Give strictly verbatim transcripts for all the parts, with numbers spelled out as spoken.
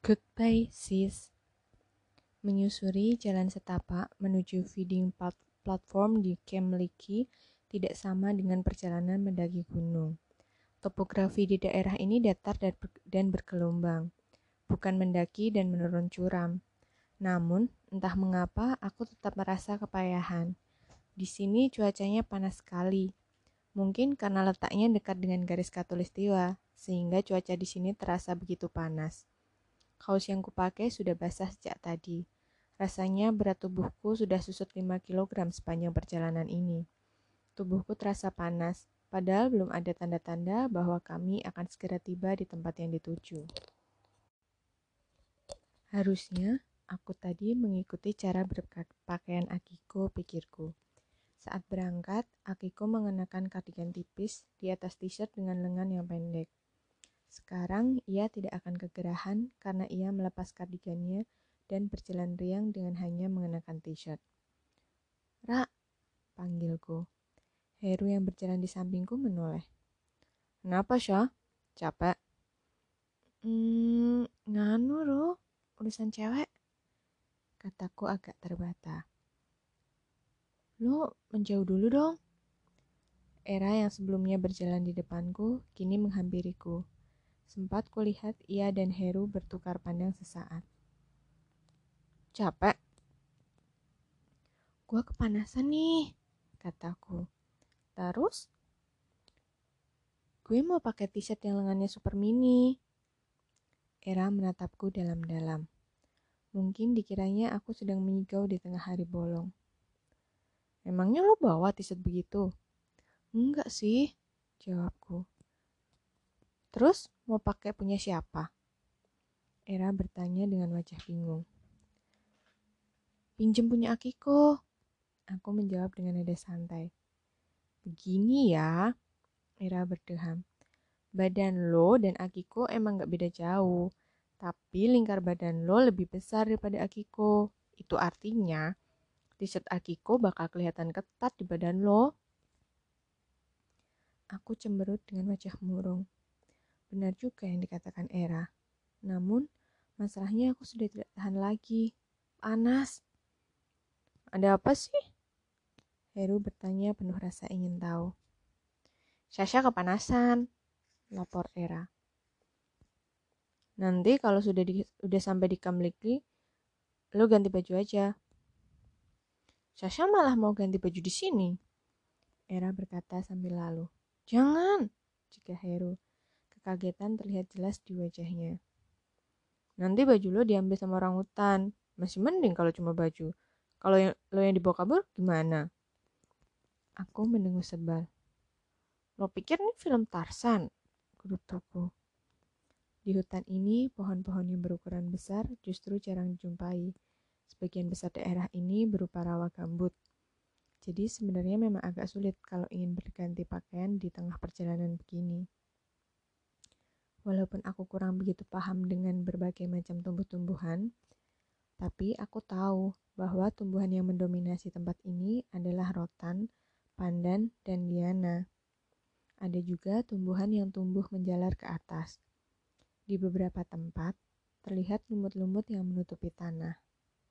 Goodbye, sis. Menyusuri jalan setapak menuju feeding platform di Camp Leakey tidak sama dengan perjalanan mendaki gunung. Topografi di daerah ini datar dan bergelombang, bukan mendaki dan menurun curam. Namun, entah mengapa aku tetap merasa kepayahan. Di sini cuacanya panas sekali. Mungkin karena letaknya dekat dengan garis khatulistiwa, sehingga cuaca di sini terasa begitu panas. Kaos yang kupakai sudah basah sejak tadi. Rasanya berat tubuhku sudah susut lima kilogram sepanjang perjalanan ini. Tubuhku terasa panas, padahal belum ada tanda-tanda bahwa kami akan segera tiba di tempat yang dituju. Harusnya aku tadi mengikuti cara berpakaian Akiko, pikirku. Saat berangkat, Akiko mengenakan kardigan tipis di atas t-shirt dengan lengan yang pendek. Sekarang ia tidak akan kegerahan karena ia melepas kardigannya dan berjalan riang dengan hanya mengenakan t-shirt. "Ra," panggilku. Heru yang berjalan di sampingku menoleh. "Kenapa, Syah? Capek?" Hmm, nganu Ro, urusan cewek," kataku agak terbata. "Lu menjauh dulu dong." Era yang sebelumnya berjalan di depanku, kini menghampiriku. Sempat kulihat ia dan Heru bertukar pandang sesaat. "Capek?" "Gua kepanasan nih," kataku. "Terus?" "Gue mau pakai t-shirt yang lengannya super mini." Era menatapku dalam-dalam. Mungkin dikiranya aku sedang menyigau di tengah hari bolong. "Emangnya lo bawa t-shirt begitu?" "Enggak sih," jawabku. "Terus mau pakai punya siapa?" Era bertanya dengan wajah bingung. "Pinjem punya Akiko," aku menjawab dengan nada santai. "Begini ya," Era berdeham. "Badan lo dan Akiko emang gak beda jauh, tapi lingkar badan lo lebih besar daripada Akiko. Itu artinya t-shirt Akiko bakal kelihatan ketat di badan lo." Aku cemberut dengan wajah murung. Benar juga yang dikatakan Era. Namun, masalahnya aku sudah tidak tahan lagi. Panas. "Ada apa sih?" Heru bertanya penuh rasa ingin tahu. "Sasha kepanasan," lapor Era. "Nanti kalau sudah di, udah sampai di Camp Leakey, lo ganti baju aja." "Sasha malah mau ganti baju di sini," Era berkata sambil lalu. "Jangan," cegah Heru. Kekagetan terlihat jelas di wajahnya. "Nanti baju lo diambil sama orang hutan. Masih mending kalau cuma baju. Kalau yang, lo yang dibawa kabur gimana?" Aku mendengus sebal. "Lo pikir ini film Tarzan?" gerutuku. Di hutan ini, pohon-pohon yang berukuran besar justru jarang dijumpai. Sebagian besar daerah ini berupa rawa gambut. Jadi sebenarnya memang agak sulit kalau ingin berganti pakaian di tengah perjalanan begini. Walaupun aku kurang begitu paham dengan berbagai macam tumbuh-tumbuhan, tapi aku tahu bahwa tumbuhan yang mendominasi tempat ini adalah rotan, pandan, dan liana. Ada juga tumbuhan yang tumbuh menjalar ke atas. Di beberapa tempat, terlihat lumut-lumut yang menutupi tanah.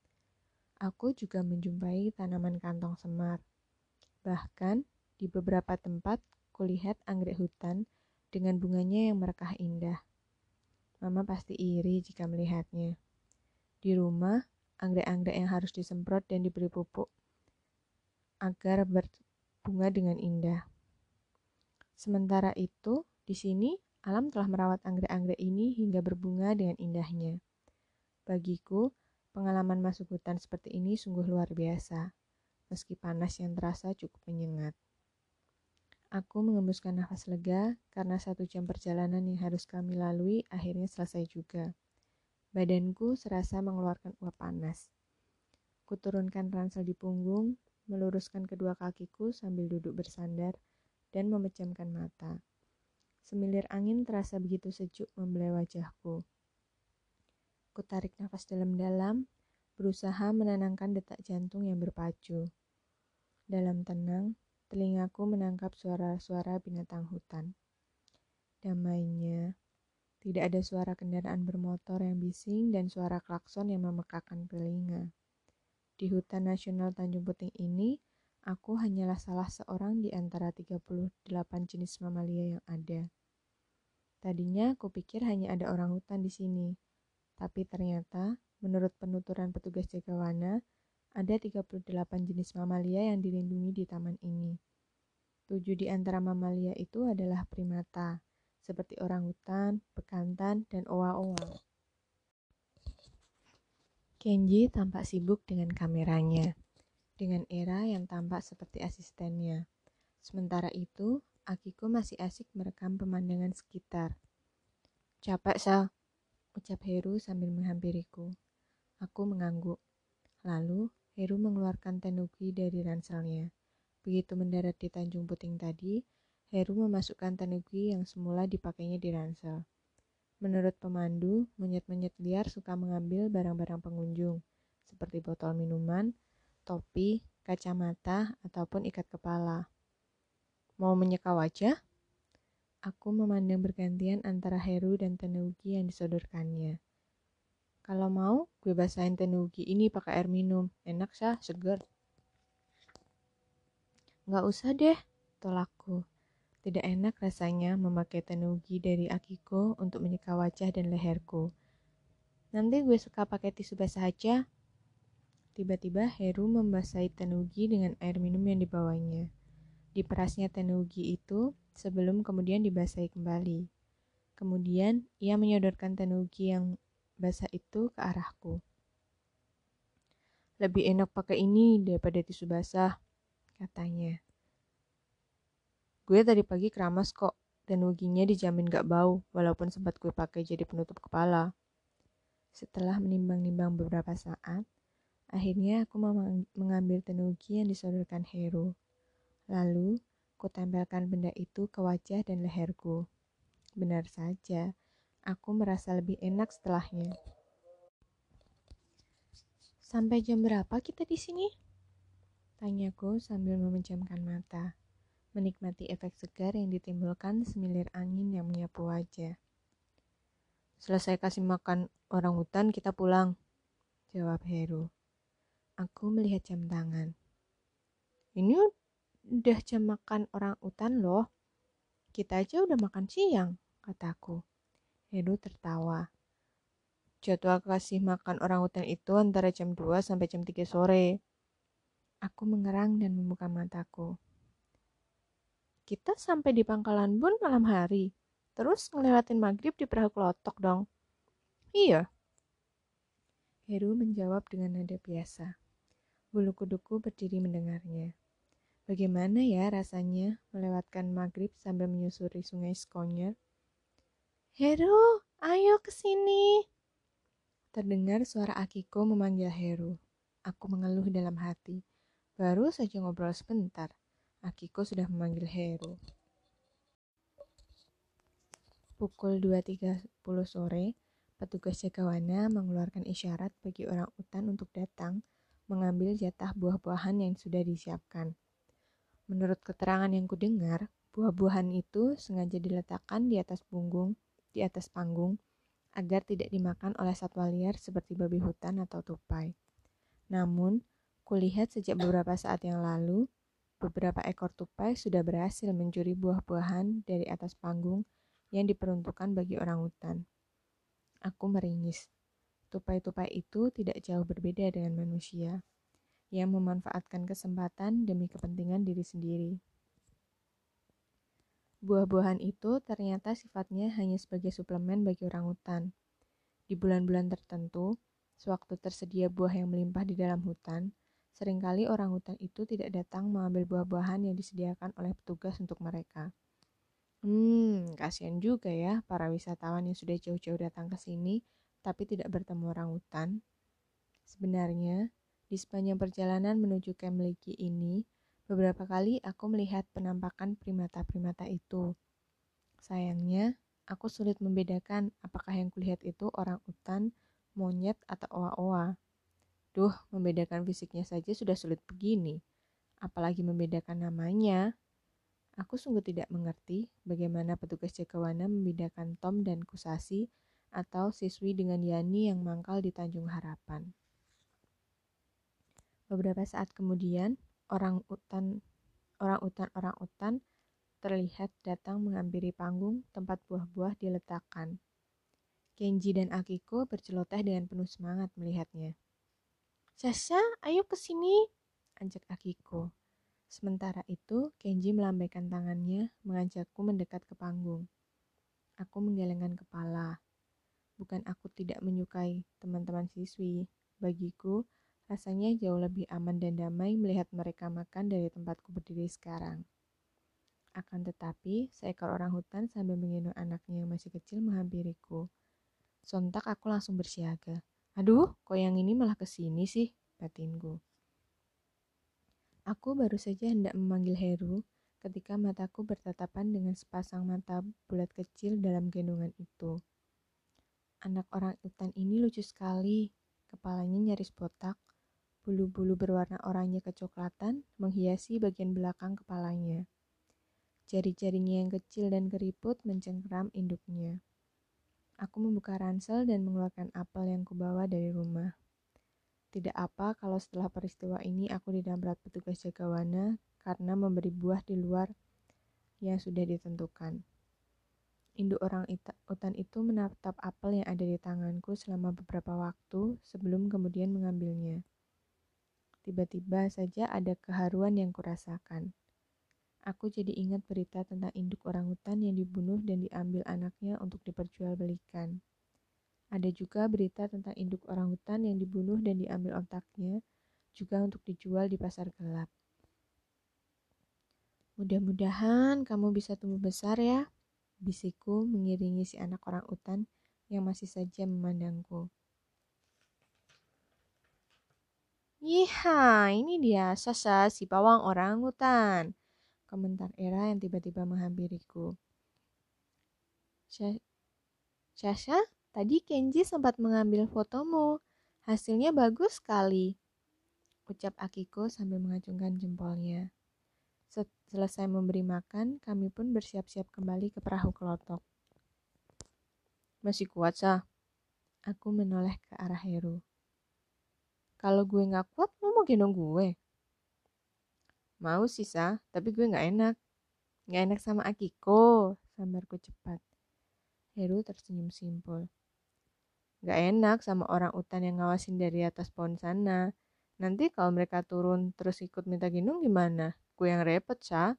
Aku juga menjumpai tanaman kantong semar. Bahkan, di beberapa tempat, kulihat anggrek hutan dengan bunganya yang merekah indah. Mama pasti iri jika melihatnya. Di rumah, anggrek-anggrek yang harus disemprot dan diberi pupuk agar berbunga dengan indah. Sementara itu, di sini, alam telah merawat anggrek-anggrek ini hingga berbunga dengan indahnya. Bagiku, pengalaman masuk hutan seperti ini sungguh luar biasa, meski panas yang terasa cukup menyengat. Aku mengembuskan nafas lega karena satu jam perjalanan yang harus kami lalui akhirnya selesai juga. Badanku serasa mengeluarkan uap panas. Kuturunkan ransel di punggung, meluruskan kedua kakiku sambil duduk bersandar, dan memejamkan mata. Semilir angin terasa begitu sejuk membelai wajahku. Kutarik nafas dalam-dalam, berusaha menenangkan detak jantung yang berpacu. Dalam tenang, telingaku menangkap suara-suara binatang hutan. Damainya, Tidak ada suara kendaraan bermotor yang bising dan suara klakson yang memekakan telinga. Di hutan nasional Tanjung Puting ini, aku hanyalah salah seorang di antara tiga puluh delapan jenis mamalia yang ada. Tadinya aku pikir hanya ada orang hutan di sini, tapi ternyata menurut penuturan petugas jagawana, ada tiga puluh delapan jenis mamalia yang dilindungi di taman ini. Tujuh di antara mamalia itu adalah primata, seperti orangutan, bekantan, dan owa-owa. Kenji tampak sibuk dengan kameranya, dengan Era yang tampak seperti asistennya. Sementara itu, Akiko masih asik merekam pemandangan sekitar. Capek, Sa, ucap Heru sambil menghampiriku. Aku mengangguk. Lalu, Heru mengeluarkan tenuki dari ranselnya. Begitu mendarat di Tanjung Puting tadi, Heru memasukkan tenuki yang semula dipakainya di ransel. Menurut pemandu, monyet-monyet liar suka mengambil barang-barang pengunjung, seperti botol minuman, topi, kacamata, ataupun ikat kepala. Mau menyeka wajah? Aku memandang bergantian antara Heru dan tenuki yang disodorkannya. Kalau mau, gue basahin tenuki ini pakai air minum. Enak, Sah, seger. Nggak usah deh, tolakku. Tidak enak rasanya memakai tenuki dari Akiko untuk menyeka wajah dan leherku. Nanti gue suka pakai tisu basah aja. Tiba-tiba Heru membasahi tenuki dengan air minum yang dibawanya. Diperasnya tenuki itu sebelum kemudian dibasahi kembali. Kemudian ia menyodorkan tenuki yang basah itu ke arahku. Lebih enak pakai ini daripada tisu basah, katanya. Gue tadi pagi keramas kok, tenukinya dijamin gak bau, walaupun sempat gue pakai jadi penutup kepala. Setelah menimbang-nimbang beberapa saat, akhirnya aku mengambil tenuki yang disodorkan Heru. Lalu, ku tempelkan benda itu ke wajah dan leherku. Benar saja, aku merasa lebih enak setelahnya. Sampai jam berapa kita di sini? Tanyaku sambil memejamkan mata, menikmati efek segar yang ditimbulkan semilir angin yang menyapu wajah. Selesai kasih makan orang hutan, kita pulang, jawab Heru. Aku melihat jam tangan. Ini udah jam makan orang hutan loh. Kita aja udah makan siang, kataku. Heru tertawa. Jadwal kasih makan orang hutan itu antara jam dua sampai jam tiga sore. Aku mengerang dan membuka mataku. Kita sampai di Pangkalan Bun malam hari, terus ngelewatin maghrib di perahu kelotok dong. Iya. Heru menjawab dengan nada biasa. Bulu kuduku berdiri mendengarnya. Bagaimana ya rasanya melewatkan maghrib sambil menyusuri sungai Skonyer? Heru, ayo kesini. Terdengar suara Akiko memanggil Heru. Aku mengeluh dalam hati. Baru saja ngobrol sebentar, Akiko sudah memanggil Heru. Pukul dua tiga puluh sore, petugas jagawana mengeluarkan isyarat bagi orang utan untuk datang mengambil jatah buah-buahan yang sudah disiapkan. Menurut keterangan yang kudengar, buah-buahan itu sengaja diletakkan di atas punggung, di atas panggung, agar tidak dimakan oleh satwa liar seperti babi hutan atau tupai. Namun, kulihat sejak beberapa saat yang lalu, beberapa ekor tupai sudah berhasil mencuri buah-buahan dari atas panggung yang diperuntukkan bagi orang hutan. Aku meringis. Tupai-tupai itu tidak jauh berbeda dengan manusia, yang memanfaatkan kesempatan demi kepentingan diri sendiri. Buah-buahan itu ternyata sifatnya hanya sebagai suplemen bagi orang hutan. Di bulan-bulan tertentu, sewaktu tersedia buah yang melimpah di dalam hutan, seringkali orang hutan itu tidak datang mengambil buah-buahan yang disediakan oleh petugas untuk mereka. Hmm, kasihan juga ya para wisatawan yang sudah jauh-jauh datang ke sini, tapi tidak bertemu orang hutan. Sebenarnya, di sepanjang perjalanan menuju Camp Leakey ini, beberapa kali aku melihat penampakan primata-primata itu. Sayangnya, aku sulit membedakan apakah yang kulihat itu orang utan, monyet, atau oa-oa. Duh, membedakan fisiknya saja sudah sulit begini. Apalagi membedakan namanya. Aku sungguh tidak mengerti bagaimana petugas jagawana membedakan Tom dan Kusasi atau siswi dengan Yani yang mangkal di Tanjung Harapan. Beberapa saat kemudian, orang utan orang utan orang utan terlihat datang menghampiri panggung tempat buah-buah diletakkan. Kenji dan Akiko berceloteh dengan penuh semangat melihatnya. "Sasha, ayo ke sini," ajak Akiko. Sementara itu, Kenji melambaikan tangannya, mengajakku mendekat ke panggung. Aku menggelengkan kepala. Bukan aku tidak menyukai teman-teman siswi. Bagiku, rasanya jauh lebih aman dan damai melihat mereka makan dari tempatku berdiri sekarang. Akan tetapi, seekor orang hutan sambil menggendong anaknya yang masih kecil menghampiriku. Sontak aku langsung bersiaga. "Aduh, kok yang ini malah kesini sih?" batinku. Aku baru saja hendak memanggil Heru ketika mataku bertatapan dengan sepasang mata bulat kecil dalam gendongan itu. Anak orang hutan ini lucu sekali. Kepalanya nyaris botak, bulu-bulu berwarna oranye kecoklatan menghiasi bagian belakang kepalanya. Jari-jarinya yang kecil dan keriput mencengkeram induknya. Aku membuka ransel dan mengeluarkan apel yang kubawa dari rumah. Tidak apa kalau setelah peristiwa ini aku didamprat petugas jagawana karena memberi buah di luar yang sudah ditentukan. Induk orang hutan itu menatap apel yang ada di tanganku selama beberapa waktu sebelum kemudian mengambilnya. Tiba-tiba saja ada keharuan yang kurasakan. Aku jadi ingat berita tentang induk orang hutan yang dibunuh dan diambil anaknya untuk diperjualbelikan. Ada juga berita tentang induk orang hutan yang dibunuh dan diambil otaknya juga untuk dijual di pasar gelap. "Mudah-mudahan kamu bisa tumbuh besar ya," bisikku mengiringi si anak orang hutan yang masih saja memandangku. "Yiha, ini dia Sasha, si pawang orang hutan," komentar Era yang tiba-tiba menghampiriku. "Sasha, tadi Kenji sempat mengambil fotomu. Hasilnya bagus sekali," ucap Akiko sambil mengacungkan jempolnya. Selesai memberi makan, kami pun bersiap-siap kembali ke perahu kelotok. "Masih kuat, Sah?" Aku menoleh ke arah Heru. "Kalau gue gak kuat, lo mau gendong gue?" "Mau sih, Sah, tapi gue gak enak." "Gak enak sama Akiko," sambarku cepat. Heru tersenyum simpul. "Gak enak sama orang utan yang ngawasin dari atas pohon sana. Nanti kalau mereka turun terus ikut minta gendong gimana? Gue yang repot, Sah."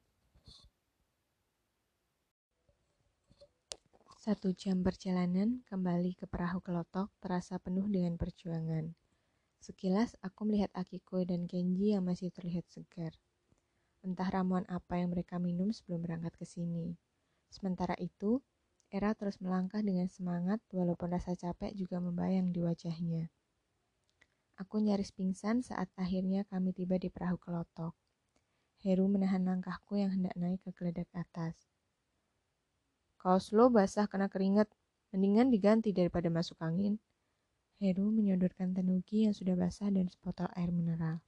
Satu jam perjalanan kembali ke perahu kelotok terasa penuh dengan perjuangan. Sekilas aku melihat Akiko dan Kenji yang masih terlihat segar. Entah ramuan apa yang mereka minum sebelum berangkat ke sini. Sementara itu, Era terus melangkah dengan semangat walaupun rasa capek juga membayang di wajahnya. Aku nyaris pingsan saat akhirnya kami tiba di perahu kelotok. Heru menahan langkahku yang hendak naik ke geledak atas. "Kaos lo basah kena keringat, mendingan diganti daripada masuk angin." Heru menyodorkan tenuki yang sudah basah dan sebotol air mineral.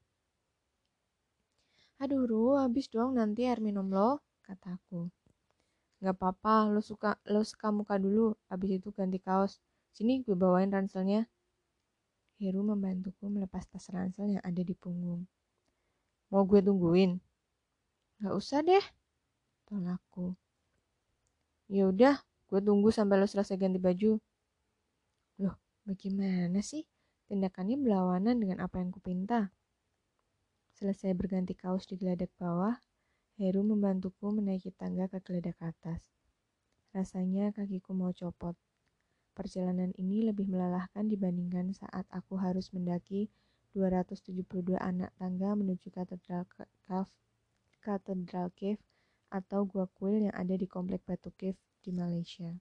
"Aduh Ru, habis dong nanti air minum lo," kataku. "Gak apa-apa, lo suka lo seka muka dulu, habis itu ganti kaos. Sini gue bawain ranselnya." Heru membantuku melepas tas ransel yang ada di punggung. "Mau gue tungguin?" "Gak usah deh," tolakku. "Ya udah, gue tunggu sampai lo selesai ganti baju." "Loh, bagaimana sih? Tindakannya berlawanan dengan apa yang kupinta." Selesai berganti kaos di geladak bawah, Heru membantuku menaiki tangga ke geladak atas. Rasanya kakiku mau copot. Perjalanan ini lebih melelahkan dibandingkan saat aku harus mendaki dua ratus tujuh puluh dua anak tangga menuju Katedral Cave, Katedral Cave atau Gua Kuil yang ada di Komplek Batu Cave di Malaysia.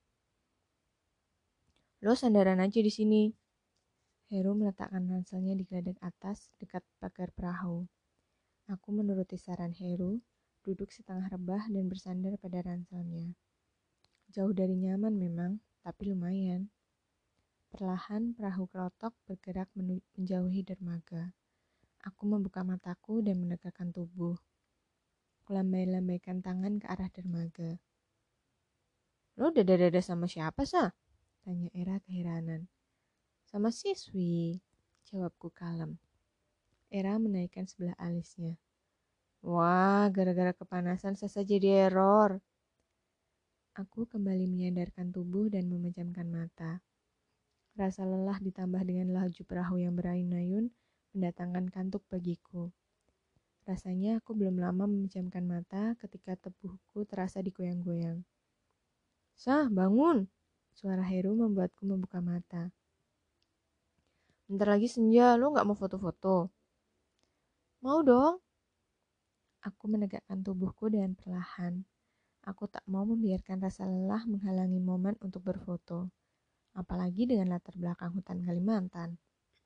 "Lo sandaran aja di sini." Heru meletakkan ranselnya di geladak atas dekat pagar perahu. Aku menuruti saran Heru, duduk setengah rebah dan bersandar pada ranselnya. Jauh dari nyaman memang, tapi lumayan. Perlahan perahu kelotok bergerak menjauhi dermaga. Aku membuka mataku dan menegakkan tubuh. Kulambai-lambaikan tangan ke arah dermaga. Lo dada-dada sama siapa, Sa? Tanya Era keheranan. Sama siswi, jawabku kalem. Era menaikkan sebelah alisnya. Wah, gara-gara kepanasan Sasa jadi error. Aku kembali menyadarkan tubuh dan memejamkan mata. Rasa lelah ditambah dengan laju perahu yang berayun-ayun mendatangkan kantuk bagiku. Rasanya aku belum lama memejamkan mata ketika tubuhku terasa digoyang-goyang. Sah, bangun! Suara Heru membuatku membuka mata. Bentar lagi senja, lo gak mau foto-foto? Mau dong. Aku menegakkan tubuhku dengan perlahan. Aku tak mau membiarkan rasa lelah menghalangi momen untuk berfoto. Apalagi dengan latar belakang hutan Kalimantan.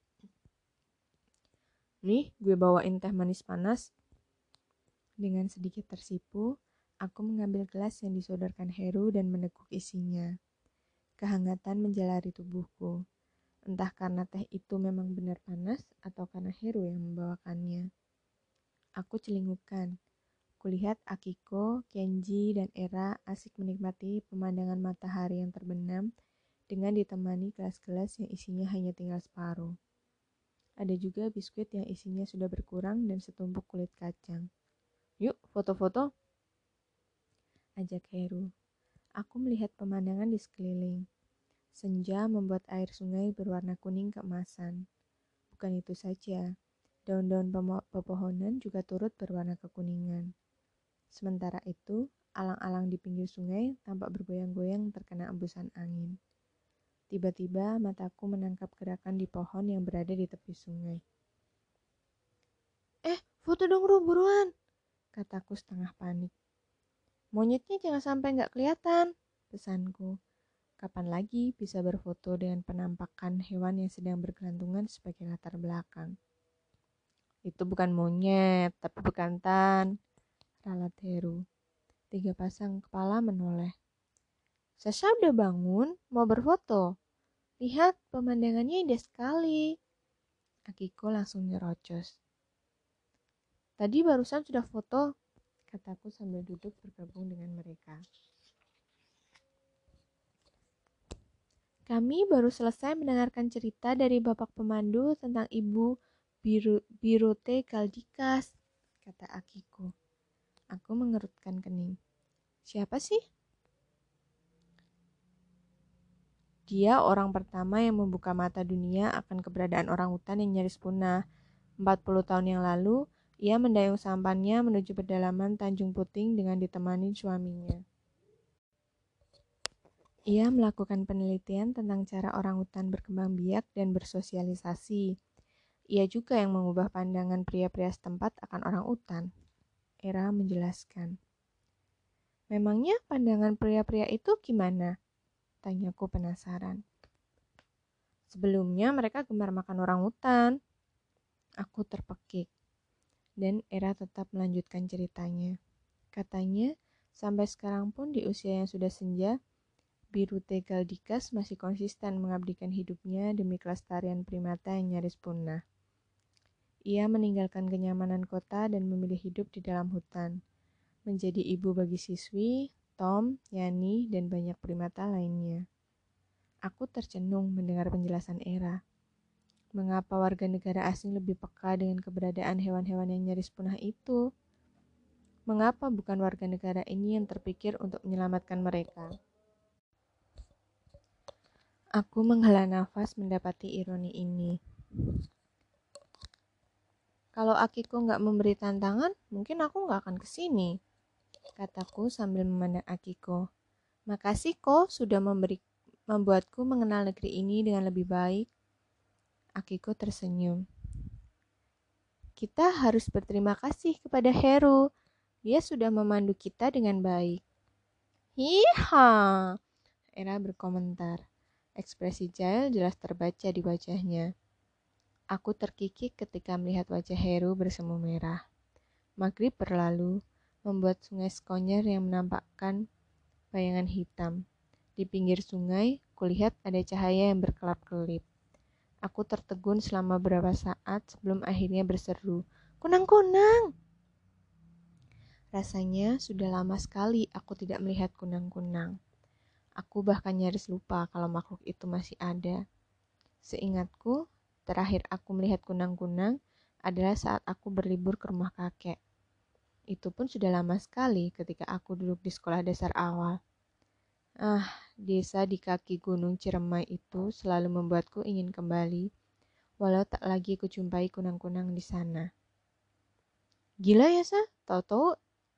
Nih, gue bawain teh manis panas. Dengan sedikit tersipu, aku mengambil gelas yang disodorkan Heru dan meneguk isinya. Kehangatan menjalari tubuhku. Entah karena teh itu memang benar panas atau karena Heru yang membawakannya. Aku celingupkan. Kulihat Akiko, Kenji, dan Era asik menikmati pemandangan matahari yang terbenam dengan ditemani gelas-gelas yang isinya hanya tinggal separuh. Ada juga biskuit yang isinya sudah berkurang dan setumpuk kulit kacang. Yuk, foto-foto. Ajak Heru. Aku melihat pemandangan di sekeliling. Senja membuat air sungai berwarna kuning keemasan. Bukan itu saja, daun-daun pepohonan juga turut berwarna kekuningan. Sementara itu, alang-alang di pinggir sungai tampak bergoyang-goyang terkena embusan angin. Tiba-tiba mataku menangkap gerakan di pohon yang berada di tepi sungai. Eh, foto dong Ru, buruan, kataku setengah panik. Monyetnya jangan sampai nggak kelihatan, pesanku. Kapan lagi bisa berfoto dengan penampakan hewan yang sedang bergelantungan sebagai latar belakang? Itu bukan monyet, tapi bekantan, ralat Heru. Tiga pasang kepala menoleh. Sasha udah bangun, mau berfoto. Lihat, pemandangannya indah sekali. Akiko langsung nyerocos. Tadi barusan sudah foto, kataku sambil duduk bergabung dengan mereka. Kami baru selesai mendengarkan cerita dari Bapak Pemandu tentang Ibu Biru, Birute Galdikas, kata Akiko. Aku mengerutkan kening. Siapa sih? Dia orang pertama yang membuka mata dunia akan keberadaan orang hutan yang nyaris punah. empat puluh tahun yang lalu, ia mendayung sampannya menuju pedalaman Tanjung Puting dengan ditemani suaminya. Ia melakukan penelitian tentang cara orang hutan berkembang biak dan bersosialisasi. Ia juga yang mengubah pandangan pria-pria setempat akan orang hutan. Era menjelaskan. Memangnya pandangan pria-pria itu gimana? Tanyaku penasaran. Sebelumnya mereka gemar makan orang hutan. Aku terpekik. Dan Era tetap melanjutkan ceritanya. Katanya, sampai sekarang pun di usia yang sudah senja, Birute Galdikas masih konsisten mengabdikan hidupnya demi kelestarian primata yang nyaris punah. Ia meninggalkan kenyamanan kota dan memilih hidup di dalam hutan. Menjadi ibu bagi siswi, Tom, Yani, dan banyak primata lainnya. Aku tercenung mendengar penjelasan Era. Mengapa warga negara asing lebih peka dengan keberadaan hewan-hewan yang nyaris punah itu? Mengapa bukan warga negara ini yang terpikir untuk menyelamatkan mereka? Aku menghela nafas mendapati ironi ini. Kalau Akiko nggak memberi tantangan, mungkin aku nggak akan kesini, kataku sambil memandang Akiko. Makasih kok sudah memberi membuatku mengenal negeri ini dengan lebih baik. Akiko tersenyum. Kita harus berterima kasih kepada Heru. Dia sudah memandu kita dengan baik. Hiha! Era berkomentar. Ekspresi jahil jelas terbaca di wajahnya. Aku terkikik ketika melihat wajah Heru bersemu merah. Maghrib berlalu, membuat sungai Skonyer yang menampakkan bayangan hitam. Di pinggir sungai, kulihat ada cahaya yang berkelap-kelip. Aku tertegun selama beberapa saat sebelum akhirnya berseru, "Kunang-kunang!" Rasanya sudah lama sekali aku tidak melihat kunang-kunang. Aku bahkan nyaris lupa kalau makhluk itu masih ada. Seingatku, terakhir aku melihat kunang-kunang adalah saat aku berlibur ke rumah kakek. Itu pun sudah lama sekali ketika aku duduk di sekolah dasar awal. Ah, desa di kaki gunung Ciremai itu selalu membuatku ingin kembali, walau tak lagi kujumpai kunang-kunang di sana. Gila ya, Sa? Tahu-tahu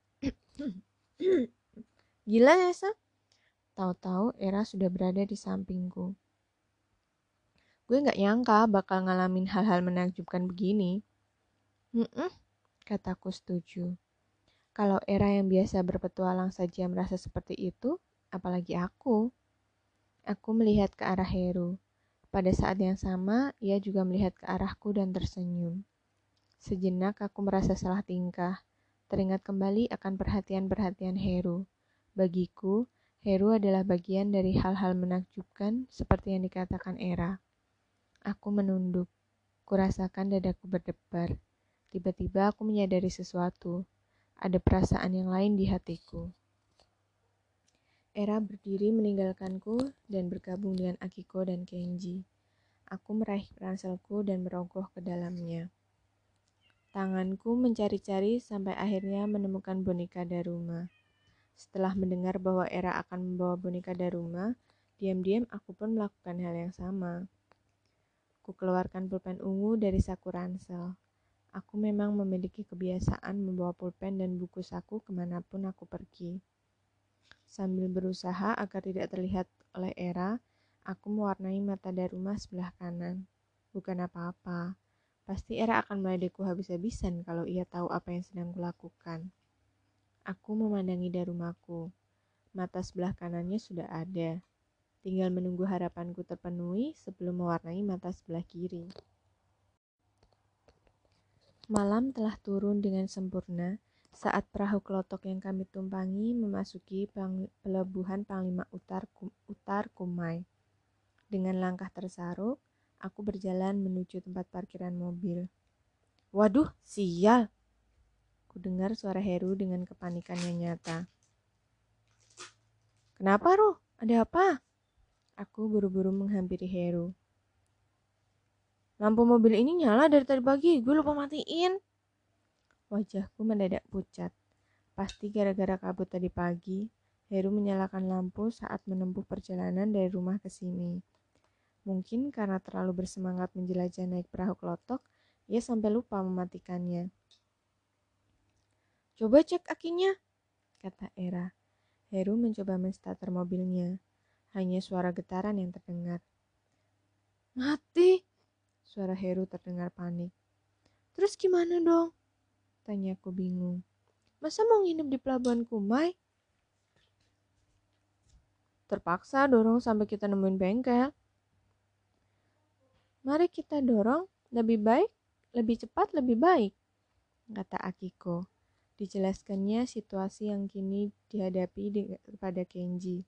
Gila ya, Sa? Tahu-tahu Era sudah berada di sampingku. Gue gak nyangka bakal ngalamin hal-hal menakjubkan begini. Hmm, kataku setuju. Kalau Era yang biasa berpetualang saja merasa seperti itu, apalagi aku. Aku melihat ke arah Heru. Pada saat yang sama, ia juga melihat ke arahku dan tersenyum. Sejenak aku merasa salah tingkah. Teringat kembali akan perhatian-perhatian Heru. Bagiku, Heru adalah bagian dari hal-hal menakjubkan seperti yang dikatakan Era. Aku menunduk. Kurasakan dadaku berdebar. Tiba-tiba aku menyadari sesuatu. Ada perasaan yang lain di hatiku. Era berdiri meninggalkanku dan bergabung dengan Akiko dan Kenji. Aku meraih ranselku dan merogoh ke dalamnya. Tanganku mencari-cari sampai akhirnya menemukan boneka Daruma. Setelah mendengar bahwa Era akan membawa boneka Daruma, diam-diam aku pun melakukan hal yang sama. Ku keluarkan pulpen ungu dari saku ransel. Aku memang memiliki kebiasaan membawa pulpen dan buku saku kemanapun aku pergi. Sambil berusaha agar tidak terlihat oleh Era, aku mewarnai mata Daruma sebelah kanan. Bukan apa-apa. Pasti Era akan meledekku habis-habisan kalau ia tahu apa yang sedang kulakukan. Aku memandangi Darumaku. Mata sebelah kanannya sudah ada. Tinggal menunggu harapanku terpenuhi sebelum mewarnai mata sebelah kiri. Malam telah turun dengan sempurna saat perahu kelotok yang kami tumpangi memasuki pelabuhan Panglima Utar, Utar Kumai. Dengan langkah tersaruk, aku berjalan menuju tempat parkiran mobil. Waduh, sial! Kudengar suara Heru dengan kepanikan yang nyata. Kenapa, Ruh? Ada apa? Aku buru-buru menghampiri Heru. Lampu mobil ini nyala dari tadi pagi, gue lupa matiin. Wajahku mendadak pucat. Pasti gara-gara kabut tadi pagi, Heru menyalakan lampu saat menempuh perjalanan dari rumah ke sini. Mungkin karena terlalu bersemangat menjelajah naik perahu kelotok, ia sampai lupa mematikannya. Coba cek akinya, kata Era. Heru mencoba menstarter mobilnya. Hanya suara getaran yang terdengar. Mati, suara Heru terdengar panik. Terus gimana dong? Tanyaku bingung. Masa mau nginep di pelabuhan Kumai? Terpaksa dorong sampai kita nemuin bengkel. Mari kita dorong, lebih baik, lebih cepat, lebih baik, kata Akiko. Dijelaskannya situasi yang kini dihadapi kepada Kenji.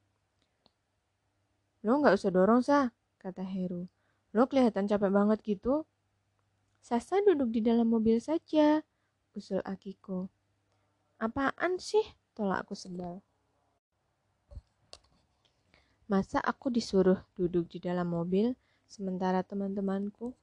Lo gak usah dorong, Sa, kata Heru. Lo kelihatan capek banget gitu. Sasa duduk di dalam mobil saja, usul Akiko. Apaan sih? Tolakku sebal. Masa aku disuruh duduk di dalam mobil sementara teman-temanku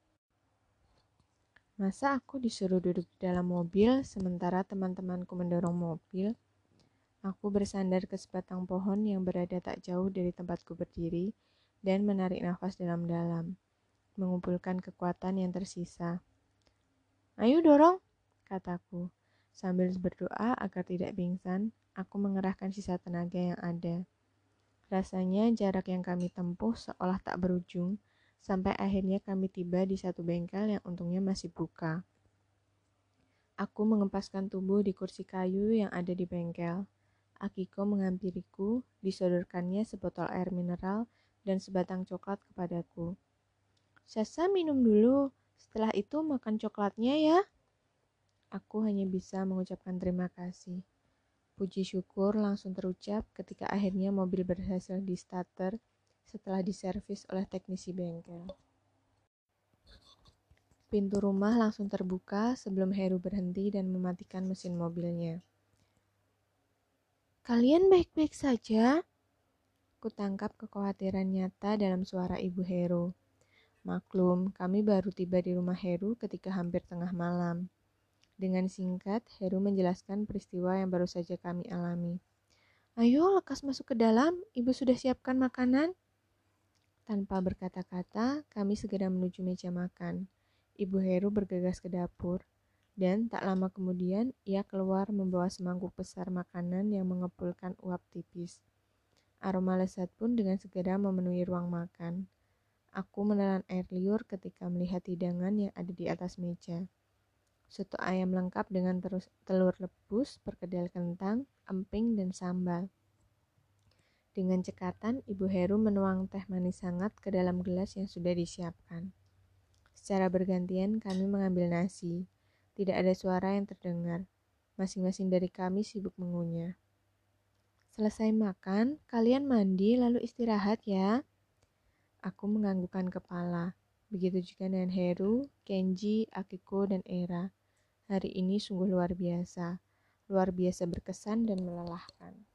Masa aku disuruh duduk di dalam mobil sementara teman-temanku mendorong mobil? Aku bersandar ke sebatang pohon yang berada tak jauh dari tempatku berdiri dan menarik nafas dalam-dalam, mengumpulkan kekuatan yang tersisa. Ayo dorong, kataku. Sambil berdoa agar tidak pingsan, aku mengerahkan sisa tenaga yang ada. Rasanya jarak yang kami tempuh seolah tak berujung, sampai akhirnya kami tiba di satu bengkel yang untungnya masih buka. Aku mengempaskan tubuh di kursi kayu yang ada di bengkel. Akiko menghampiriku, disodorkannya sebotol air mineral dan sebatang coklat kepadaku. Sasa minum dulu, setelah itu makan coklatnya ya. Aku hanya bisa mengucapkan terima kasih. Puji syukur langsung terucap ketika akhirnya mobil berhasil di-starter setelah diservis oleh teknisi bengkel. Pintu rumah langsung terbuka sebelum Heru berhenti dan mematikan mesin mobilnya. Kalian baik-baik saja? Kutangkap kekhawatiran nyata dalam suara Ibu Heru. Maklum, kami baru tiba di rumah Heru ketika hampir tengah malam. Dengan singkat, Heru menjelaskan peristiwa yang baru saja kami alami. Ayo, lekas masuk ke dalam. Ibu sudah siapkan makanan. Tanpa berkata-kata, kami segera menuju meja makan. Ibu Heru bergegas ke dapur, dan tak lama kemudian ia keluar membawa semangkuk besar makanan yang mengepulkan uap tipis. Aroma lezat pun dengan segera memenuhi ruang makan. Aku menelan air liur ketika melihat hidangan yang ada di atas meja. Soto ayam lengkap dengan terus, telur rebus, perkedel kentang, emping, dan sambal. Dengan cekatan, Ibu Heru menuang teh manis hangat ke dalam gelas yang sudah disiapkan. Secara bergantian kami mengambil nasi. Tidak ada suara yang terdengar. Masing-masing dari kami sibuk mengunyah. Selesai makan, kalian mandi lalu istirahat ya. Aku menganggukkan kepala. Begitu juga dengan Heru, Kenji, Akiko, dan Era. Hari ini sungguh luar biasa. Luar biasa berkesan dan melelahkan.